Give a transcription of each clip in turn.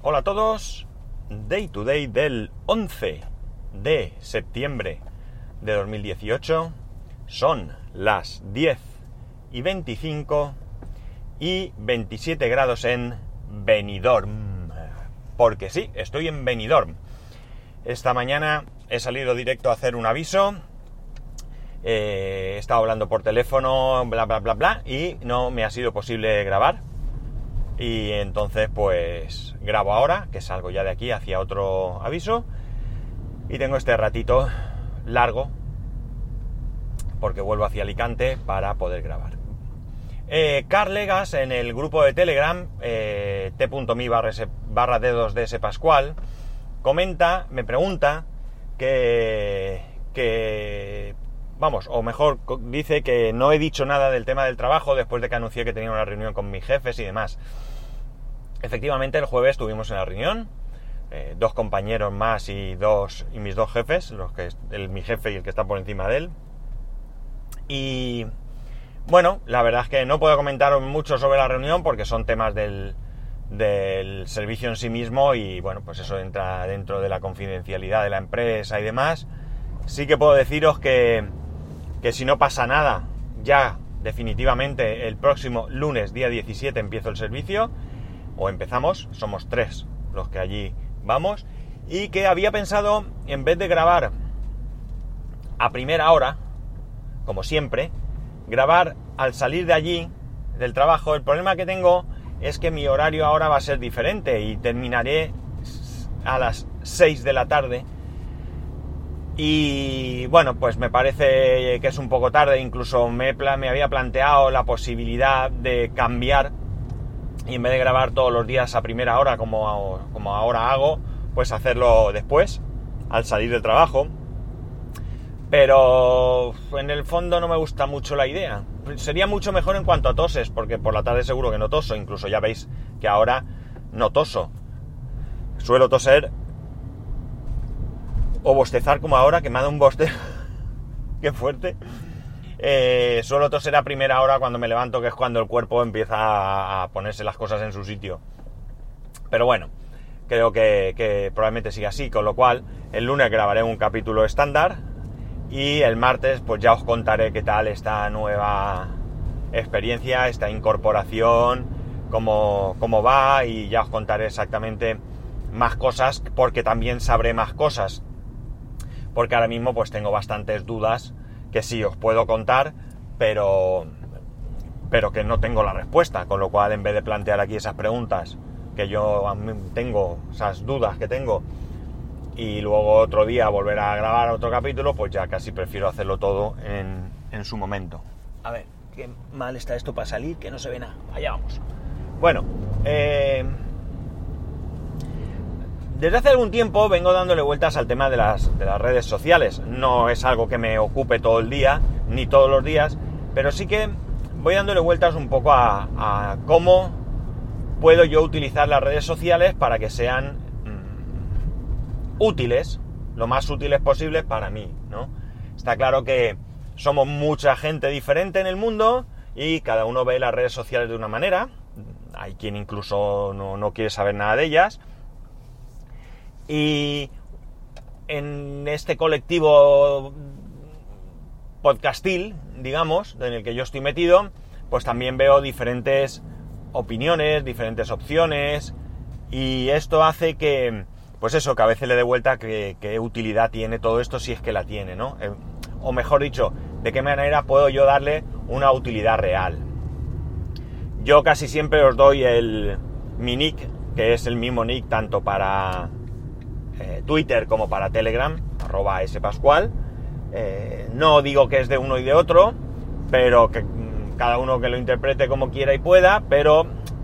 Hola a todos, Day to Day del 11 de septiembre de 2018, son las 10:25 y 27 grados en Benidorm, porque sí, estoy en Benidorm. Esta mañana he salido directo a hacer un aviso, he estado hablando por teléfono, bla bla bla bla, y no me ha sido posible grabar. Y entonces pues grabo ahora, que salgo ya de aquí hacia otro aviso, y tengo este ratito largo porque vuelvo hacia Alicante para poder grabar. Carl Legas en el grupo de Telegram t.me/d2ds comenta, me pregunta o mejor, dice que no he dicho nada del tema del trabajo después de que anuncié que tenía una reunión con mis jefes y demás. Efectivamente, el jueves tuvimos una reunión, dos compañeros más y mis dos jefes, mi jefe y el que está por encima de él. Y bueno, la verdad es que no puedo comentar mucho sobre la reunión porque son temas del servicio en sí mismo y bueno, pues eso entra dentro de la confidencialidad de la empresa y demás. Sí que puedo deciros que si no pasa nada, ya definitivamente el próximo lunes, día 17, empiezo el servicio, o empezamos, somos 3 los que allí vamos, y que había pensado, en vez de grabar a primera hora, como siempre, grabar al salir de allí, del trabajo. El problema que tengo es que mi horario ahora va a ser diferente y terminaré a las 6 de la tarde. Y bueno, pues me parece que es un poco tarde, incluso me había planteado la posibilidad de cambiar y en vez de grabar todos los días a primera hora como ahora hago, pues hacerlo después, al salir del trabajo. Pero en el fondo no me gusta mucho la idea. Sería mucho mejor en cuanto a toses, porque por la tarde seguro que no toso, incluso ya veis que ahora no toso. Suelo toser o bostezar como ahora, que me ha dado un bostezo. ¡Qué fuerte! Suelo toser a primera hora cuando me levanto, que es cuando el cuerpo empieza a ponerse las cosas en su sitio. Pero bueno, creo que probablemente siga así, con lo cual el lunes grabaré un capítulo estándar y el martes pues ya os contaré qué tal esta nueva experiencia, esta incorporación, cómo va, y ya os contaré exactamente más cosas, porque también sabré más cosas. Porque ahora mismo pues tengo bastantes dudas que sí os puedo contar, pero que no tengo la respuesta, con lo cual en vez de plantear aquí esas preguntas que yo tengo, esas dudas que tengo, y luego otro día volver a grabar otro capítulo, pues ya casi prefiero hacerlo todo en su momento. A ver, qué mal está esto para salir, que no se ve nada. Allá vamos. Bueno, desde hace algún tiempo vengo dándole vueltas al tema de las redes sociales. No es algo que me ocupe todo el día, ni todos los días, pero sí que voy dándole vueltas un poco a cómo puedo yo utilizar las redes sociales para que sean útiles, lo más útiles posibles para mí, ¿no? Está claro que somos mucha gente diferente en el mundo y cada uno ve las redes sociales de una manera. Hay quien incluso no quiere saber nada de ellas. Y en este colectivo podcastil, digamos, en el que yo estoy metido, pues también veo diferentes opiniones, diferentes opciones, y esto hace que, pues eso, que a veces le dé vuelta qué utilidad tiene todo esto, si es que la tiene, ¿no? O mejor dicho, de qué manera puedo yo darle una utilidad real. Yo casi siempre os doy mi nick, que es el mismo nick tanto para Twitter como para Telegram, @spascual. No digo que es de uno y de otro, pero que cada uno que lo interprete como quiera y pueda, pero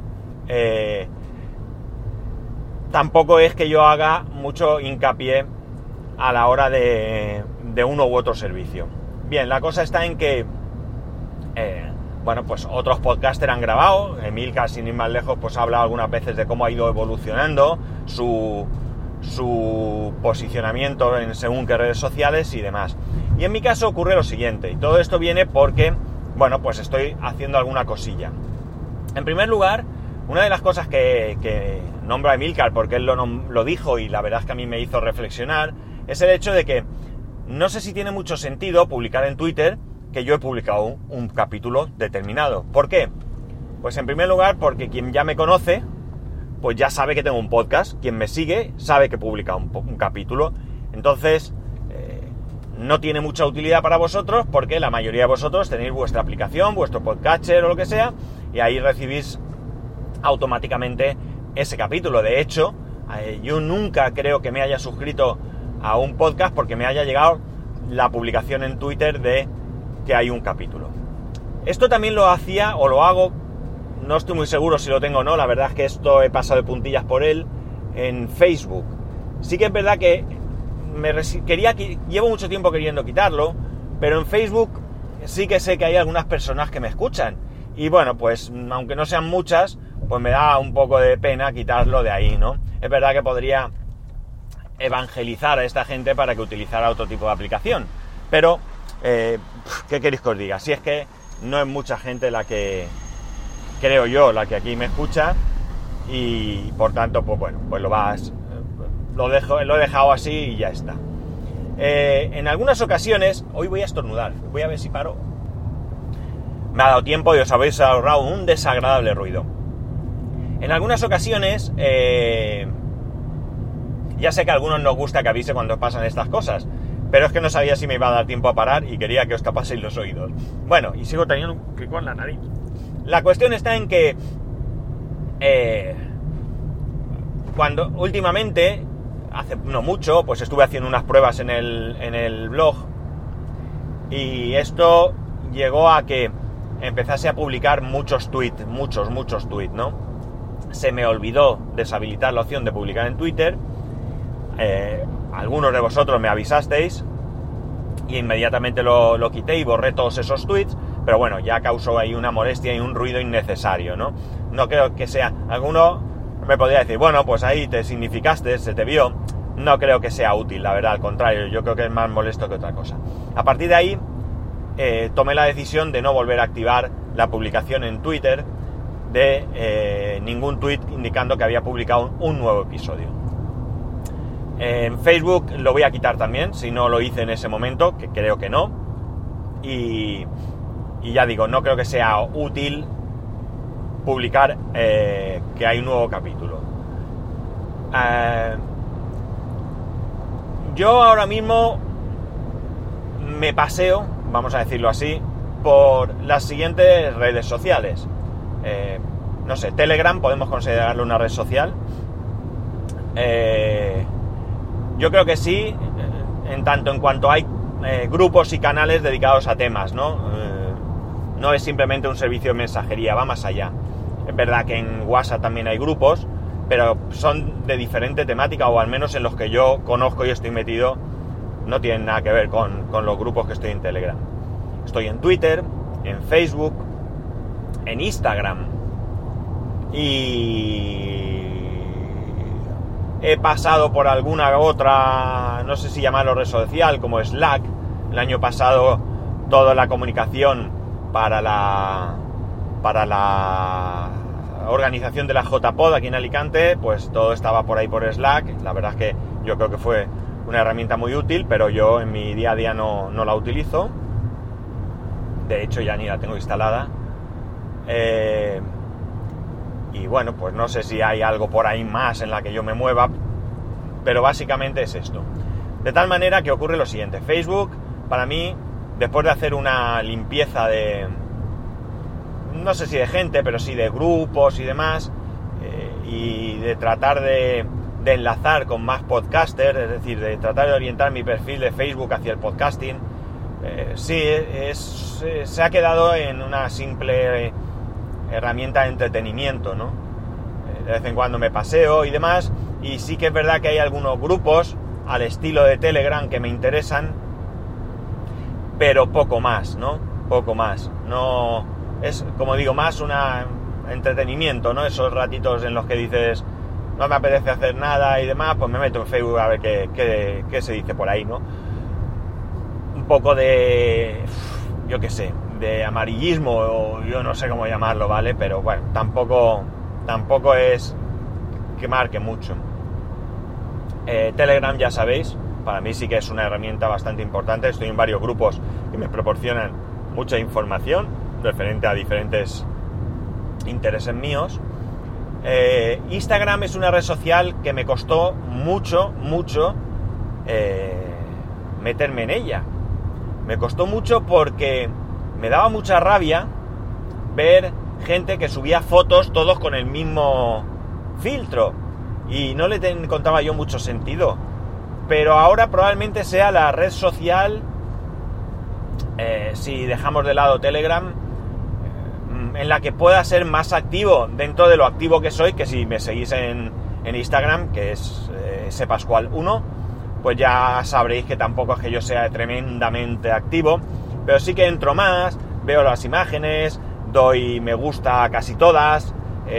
tampoco es que yo haga mucho hincapié a la hora de uno u otro servicio. Bien, la cosa está en que bueno, pues otros podcasters han grabado. Emilcar, sin ir más lejos, pues ha hablado algunas veces de cómo ha ido evolucionando su posicionamiento según qué redes sociales y demás. Y en mi caso ocurre lo siguiente, y todo esto viene porque, bueno, pues estoy haciendo alguna cosilla. En primer lugar, una de las cosas que nombro a Emilcar porque él lo dijo y la verdad es que a mí me hizo reflexionar, es el hecho de que no sé si tiene mucho sentido publicar en Twitter que yo he publicado un capítulo determinado. ¿Por qué? Pues en primer lugar porque quien ya me conoce, pues ya sabe que tengo un podcast. Quien me sigue sabe que he publicado un capítulo. Entonces, no tiene mucha utilidad para vosotros porque la mayoría de vosotros tenéis vuestra aplicación, vuestro podcatcher o lo que sea, y ahí recibís automáticamente ese capítulo. De hecho, yo nunca creo que me haya suscrito a un podcast porque me haya llegado la publicación en Twitter de que hay un capítulo. Esto también lo hacía o lo hago, no estoy muy seguro si lo tengo o no, la verdad es que esto he pasado de puntillas por él, en Facebook. Sí que es verdad que llevo mucho tiempo queriendo quitarlo, pero en Facebook sí que sé que hay algunas personas que me escuchan. Y bueno, pues aunque no sean muchas, pues me da un poco de pena quitarlo de ahí, ¿no? Es verdad que podría evangelizar a esta gente para que utilizara otro tipo de aplicación. Pero, ¿qué queréis que os diga? Si es que no es mucha gente la que, creo yo, la que aquí me escucha, y por tanto, pues bueno, pues lo he dejado así y ya está. En algunas ocasiones, hoy voy a estornudar, voy a ver si paro. Me ha dado tiempo y os habéis ahorrado un desagradable ruido. En algunas ocasiones, ya sé que a algunos nos gusta que avise cuando pasan estas cosas, pero es que no sabía si me iba a dar tiempo a parar y quería que os tapaseis los oídos. Bueno, y sigo teniendo un crico en la nariz. La cuestión está en que cuando últimamente, hace no mucho, pues estuve haciendo unas pruebas en el blog, y esto llegó a que empezase a publicar muchos tweets, muchos tweets, ¿no? Se me olvidó deshabilitar la opción de publicar en Twitter. Algunos de vosotros me avisasteis y inmediatamente lo quité y borré todos esos tweets, pero bueno, ya causó ahí una molestia y un ruido innecesario, ¿no? No creo que sea... Alguno me podría decir, bueno, pues ahí te significaste, se te vio. No creo que sea útil, la verdad, al contrario, yo creo que es más molesto que otra cosa. A partir de ahí, tomé la decisión de no volver a activar la publicación en Twitter de ningún tweet indicando que había publicado un nuevo episodio. En Facebook lo voy a quitar también, si no lo hice en ese momento, que creo que no. Y ya digo, no creo que sea útil publicar que hay un nuevo capítulo. Yo ahora mismo me paseo, vamos a decirlo así, por las siguientes redes sociales. No sé, Telegram podemos considerarlo una red social. Yo creo que sí, en tanto en cuanto hay grupos y canales dedicados a temas, ¿no? No es simplemente un servicio de mensajería, va más allá. Es verdad que en WhatsApp también hay grupos, pero son de diferente temática, o al menos en los que yo conozco y estoy metido, no tienen nada que ver con los grupos que estoy en Telegram. Estoy en Twitter, en Facebook, en Instagram, y he pasado por alguna otra, no sé si llamarlo red social, como Slack. El año pasado toda la comunicación para la organización de la JPod aquí en Alicante, pues todo estaba por ahí por Slack. La verdad es que yo creo que fue una herramienta muy útil, pero yo en mi día a día no la utilizo. De hecho ya ni la tengo instalada. Y bueno, pues no sé si hay algo por ahí más en la que yo me mueva, pero básicamente es esto. De tal manera que ocurre lo siguiente. Facebook, para mí, después de hacer una limpieza de... no sé si de gente, pero sí de grupos y demás, y de tratar de enlazar con más podcasters, es decir, de tratar de orientar mi perfil de Facebook hacia el podcasting, se ha quedado en una simple herramienta de entretenimiento, ¿no? De vez en cuando me paseo y demás, y sí que es verdad que hay algunos grupos al estilo de Telegram que me interesan, pero poco más, ¿no? Poco más. No es, como digo, más un entretenimiento, ¿no? Esos ratitos en los que dices, no me apetece hacer nada y demás, pues me meto en Facebook a ver qué se dice por ahí, ¿no? Un poco de... yo qué sé, de amarillismo, o yo no sé cómo llamarlo, ¿vale? Pero bueno, tampoco es que marque mucho. Telegram, ya sabéis, para mí sí que es una herramienta bastante importante. Estoy en varios grupos que me proporcionan mucha información referente a diferentes intereses míos. Instagram es una red social que me costó mucho meterme en ella. Me costó mucho porque me daba mucha rabia ver gente que subía fotos todos con el mismo filtro y no le encontraba yo mucho sentido. Pero ahora probablemente sea la red social, si dejamos de lado Telegram, en la que pueda ser más activo dentro de lo activo que soy, que si me seguís en Instagram, que es spascual1, pues ya sabréis que tampoco es que yo sea tremendamente activo, pero sí que entro más, veo las imágenes, doy me gusta a casi todas,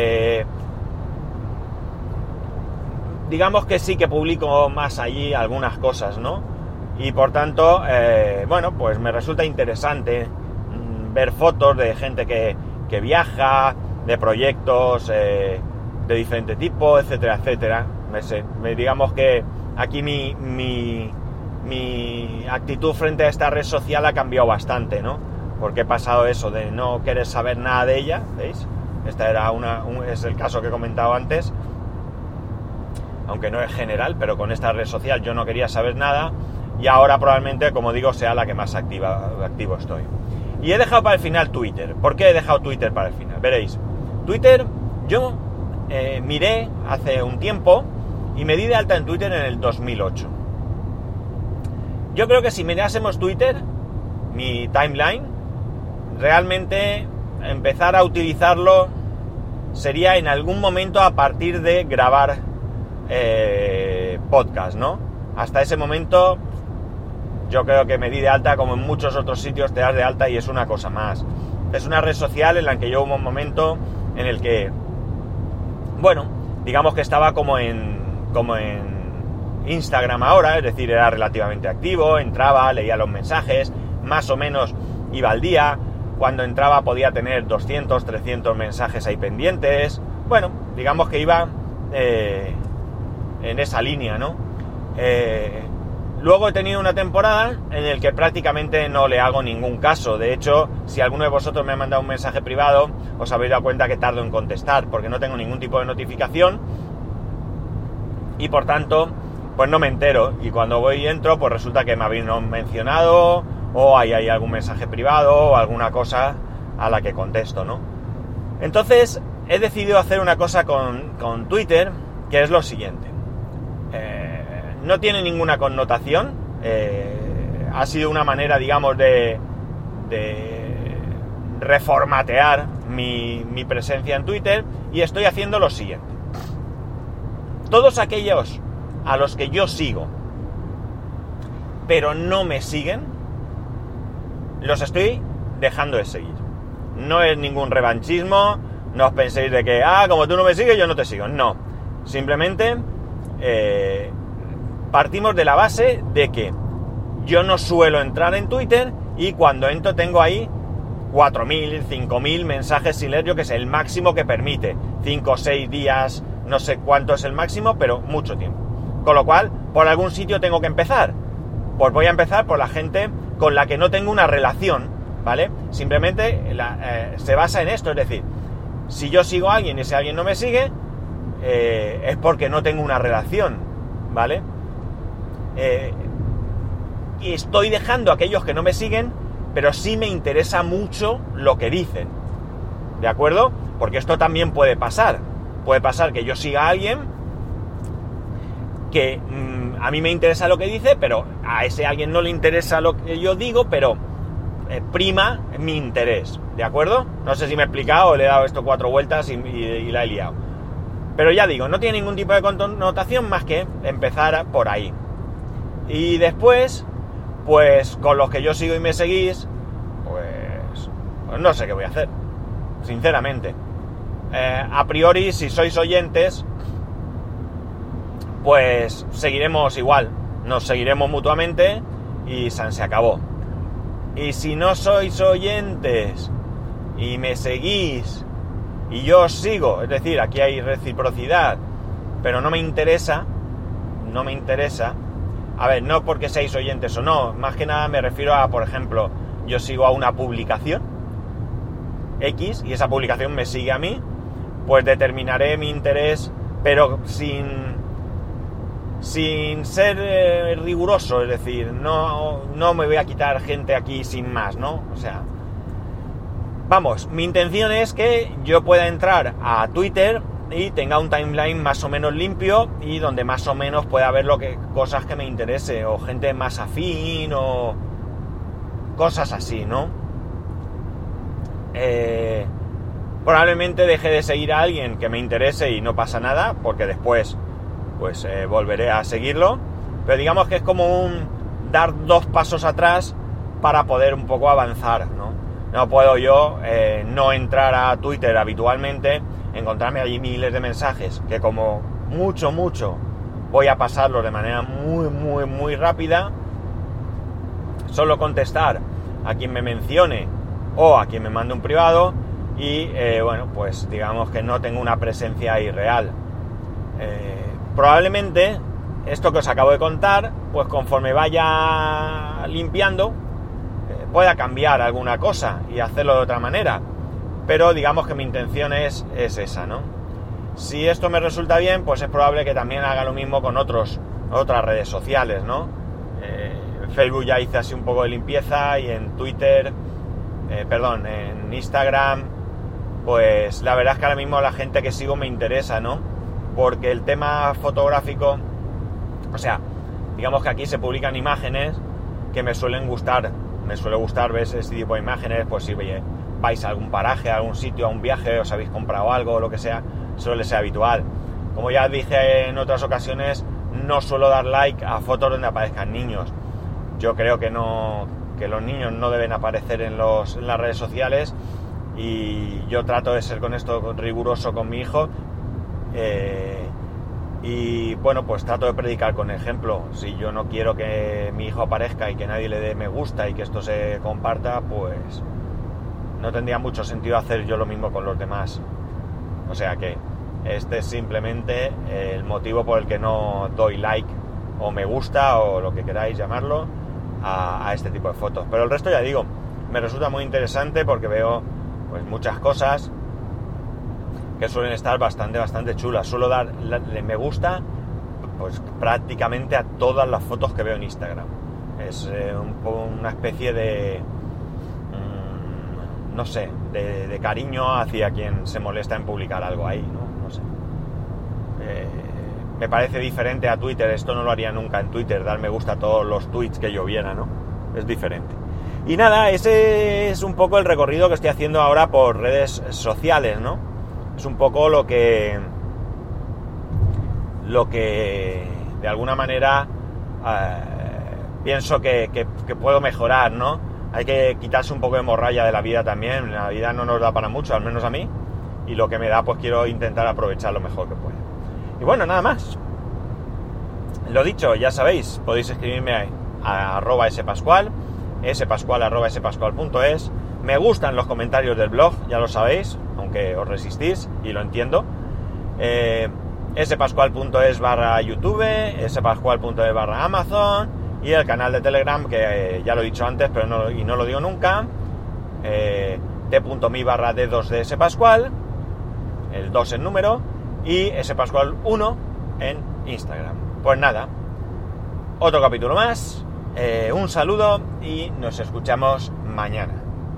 digamos que sí que publico más allí algunas cosas, ¿no? Y por tanto, bueno, pues me resulta interesante ver fotos de gente que viaja, de proyectos de diferente tipo, etcétera, etcétera. Digamos que aquí mi actitud frente a esta red social ha cambiado bastante, ¿no? Porque he pasado eso de no querer saber nada de ella, ¿veis? Esta era es el caso que he comentado antes, aunque no es general, pero con esta red social yo no quería saber nada, y ahora probablemente, como digo, sea la que más activo estoy. Y he dejado para el final Twitter. ¿Por qué he dejado Twitter para el final? Veréis, Twitter, yo miré hace un tiempo y me di de alta en Twitter en el 2008. Yo creo que si mirásemos Twitter, mi timeline, realmente empezar a utilizarlo sería en algún momento a partir de grabar podcast, ¿no? Hasta ese momento yo creo que me di de alta, como en muchos otros sitios te das de alta y es una cosa más. Es una red social en la que yo hubo un momento en el que, bueno, digamos que estaba como en Instagram ahora, es decir, era relativamente activo, entraba, leía los mensajes, más o menos iba al día. Cuando entraba podía tener 200, 300 mensajes ahí pendientes. Bueno, digamos que iba en esa línea, ¿no? Luego he tenido una temporada en la que prácticamente no le hago ningún caso. De hecho, si alguno de vosotros me ha mandado un mensaje privado, os habéis dado cuenta que tardo en contestar, porque no tengo ningún tipo de notificación y por tanto, pues no me entero. Y cuando voy y entro, pues resulta que me habéis mencionado, o hay algún mensaje privado, o alguna cosa a la que contesto, ¿no? Entonces, he decidido hacer una cosa con Twitter, que es lo siguiente. No tiene ninguna connotación, ha sido una manera, digamos, de reformatear mi presencia en Twitter, y estoy haciendo lo siguiente. Todos aquellos a los que yo sigo, pero no me siguen, los estoy dejando de seguir. No es ningún revanchismo, no os penséis de que, como tú no me sigues, yo no te sigo. No, simplemente partimos de la base de que yo no suelo entrar en Twitter y cuando entro tengo ahí 4.000, 5.000 mensajes sin leer, yo que sé, el máximo que permite, 5 o 6 días, no sé cuánto es el máximo, pero mucho tiempo. Con lo cual, por algún sitio tengo que empezar. Pues voy a empezar por la gente con la que no tengo una relación, ¿vale? Simplemente se basa en esto, es decir, si yo sigo a alguien y si alguien no me sigue, es porque no tengo una relación, ¿vale? Y estoy dejando a aquellos que no me siguen, pero sí me interesa mucho lo que dicen, ¿de acuerdo? Porque esto también puede pasar. Puede pasar que yo siga a alguien que a mí me interesa lo que dice, pero a ese alguien no le interesa lo que yo digo, pero prima mi interés, ¿de acuerdo? No sé si me he explicado o le he dado esto 4 vueltas y la he liado. Pero ya digo, no tiene ningún tipo de connotación más que empezar por ahí. Y después, pues con los que yo sigo y me seguís, pues no sé qué voy a hacer, sinceramente. A priori, si sois oyentes, pues seguiremos igual, nos seguiremos mutuamente y se acabó. Y si no sois oyentes y me seguís y yo os sigo, es decir, aquí hay reciprocidad, pero no me interesa, a ver, no porque seáis oyentes o no, más que nada me refiero a, por ejemplo, yo sigo a una publicación X y esa publicación me sigue a mí, pues determinaré mi interés, pero sin ser riguroso, es decir, no me voy a quitar gente aquí sin más, ¿no? O sea, vamos, mi intención es que yo pueda entrar a Twitter y tenga un timeline más o menos limpio y donde más o menos pueda ver cosas que me interese, o gente más afín, o cosas así, ¿no? Probablemente deje de seguir a alguien que me interese y no pasa nada, porque después pues volveré a seguirlo, pero digamos que es como dar 2 pasos atrás para poder un poco avanzar, ¿no? No puedo yo no entrar a Twitter habitualmente, encontrarme allí miles de mensajes que como mucho voy a pasarlos de manera muy rápida, solo contestar a quien me mencione o a quien me mande un privado y bueno, pues digamos que no tengo una presencia irreal. Probablemente esto que os acabo de contar, pues conforme vaya limpiando, pueda cambiar alguna cosa y hacerlo de otra manera, pero digamos que mi intención es esa, ¿no? Si esto me resulta bien, pues es probable que también haga lo mismo con otras redes sociales, ¿no? En Facebook ya hice así un poco de limpieza y en Twitter, en Instagram, pues la verdad es que ahora mismo la gente que sigo me interesa, ¿no? Porque el tema fotográfico, o sea, digamos que aquí se publican imágenes que me suelen gustar. Me suele gustar ver ese tipo de imágenes, pues si vais a algún paraje, a algún sitio, a un viaje, os habéis comprado algo o lo que sea, suele ser habitual. Como ya dije en otras ocasiones, no suelo dar like a fotos donde aparezcan niños. Yo creo que los niños no deben aparecer en las redes sociales, y yo trato de ser con esto riguroso con mi hijo. Y bueno, pues trato de predicar con ejemplo. Si yo no quiero que mi hijo aparezca y que nadie le dé me gusta y que esto se comparta, pues no tendría mucho sentido hacer yo lo mismo con los demás. O sea que este es simplemente el motivo por el que no doy like o me gusta o lo que queráis llamarlo a este tipo de fotos. Pero el resto, ya digo, me resulta muy interesante porque veo pues muchas cosas que suelen estar bastante chulas. Suelo darle me gusta pues prácticamente a todas las fotos que veo en Instagram. Es una especie de no sé, de cariño hacia quien se molesta en publicar algo ahí, no sé. Me parece diferente a Twitter. Esto no lo haría nunca en Twitter, dar me gusta a todos los tweets que yo viera, ¿no? Es diferente. Y nada, ese es un poco el recorrido que estoy haciendo ahora por redes sociales, ¿no? Es un poco lo que de alguna manera pienso que puedo mejorar, ¿no? Hay que quitarse un poco de morralla de la vida también. La vida no nos da para mucho, al menos a mí, y lo que me da pues quiero intentar aprovechar lo mejor que pueda. Y bueno, nada más. Lo dicho, ya sabéis, podéis escribirme a @spascual, spascual@spascual.es. Me gustan los comentarios del blog, ya lo sabéis, aunque os resistís, y lo entiendo. spascual.es/YouTube, spascual.es/Amazon, y el canal de Telegram, que ya lo he dicho antes, pero no lo digo nunca, t.me/d2dspascual, el 2 en número, y spascual1 en Instagram. Pues nada, otro capítulo más, un saludo y nos escuchamos mañana.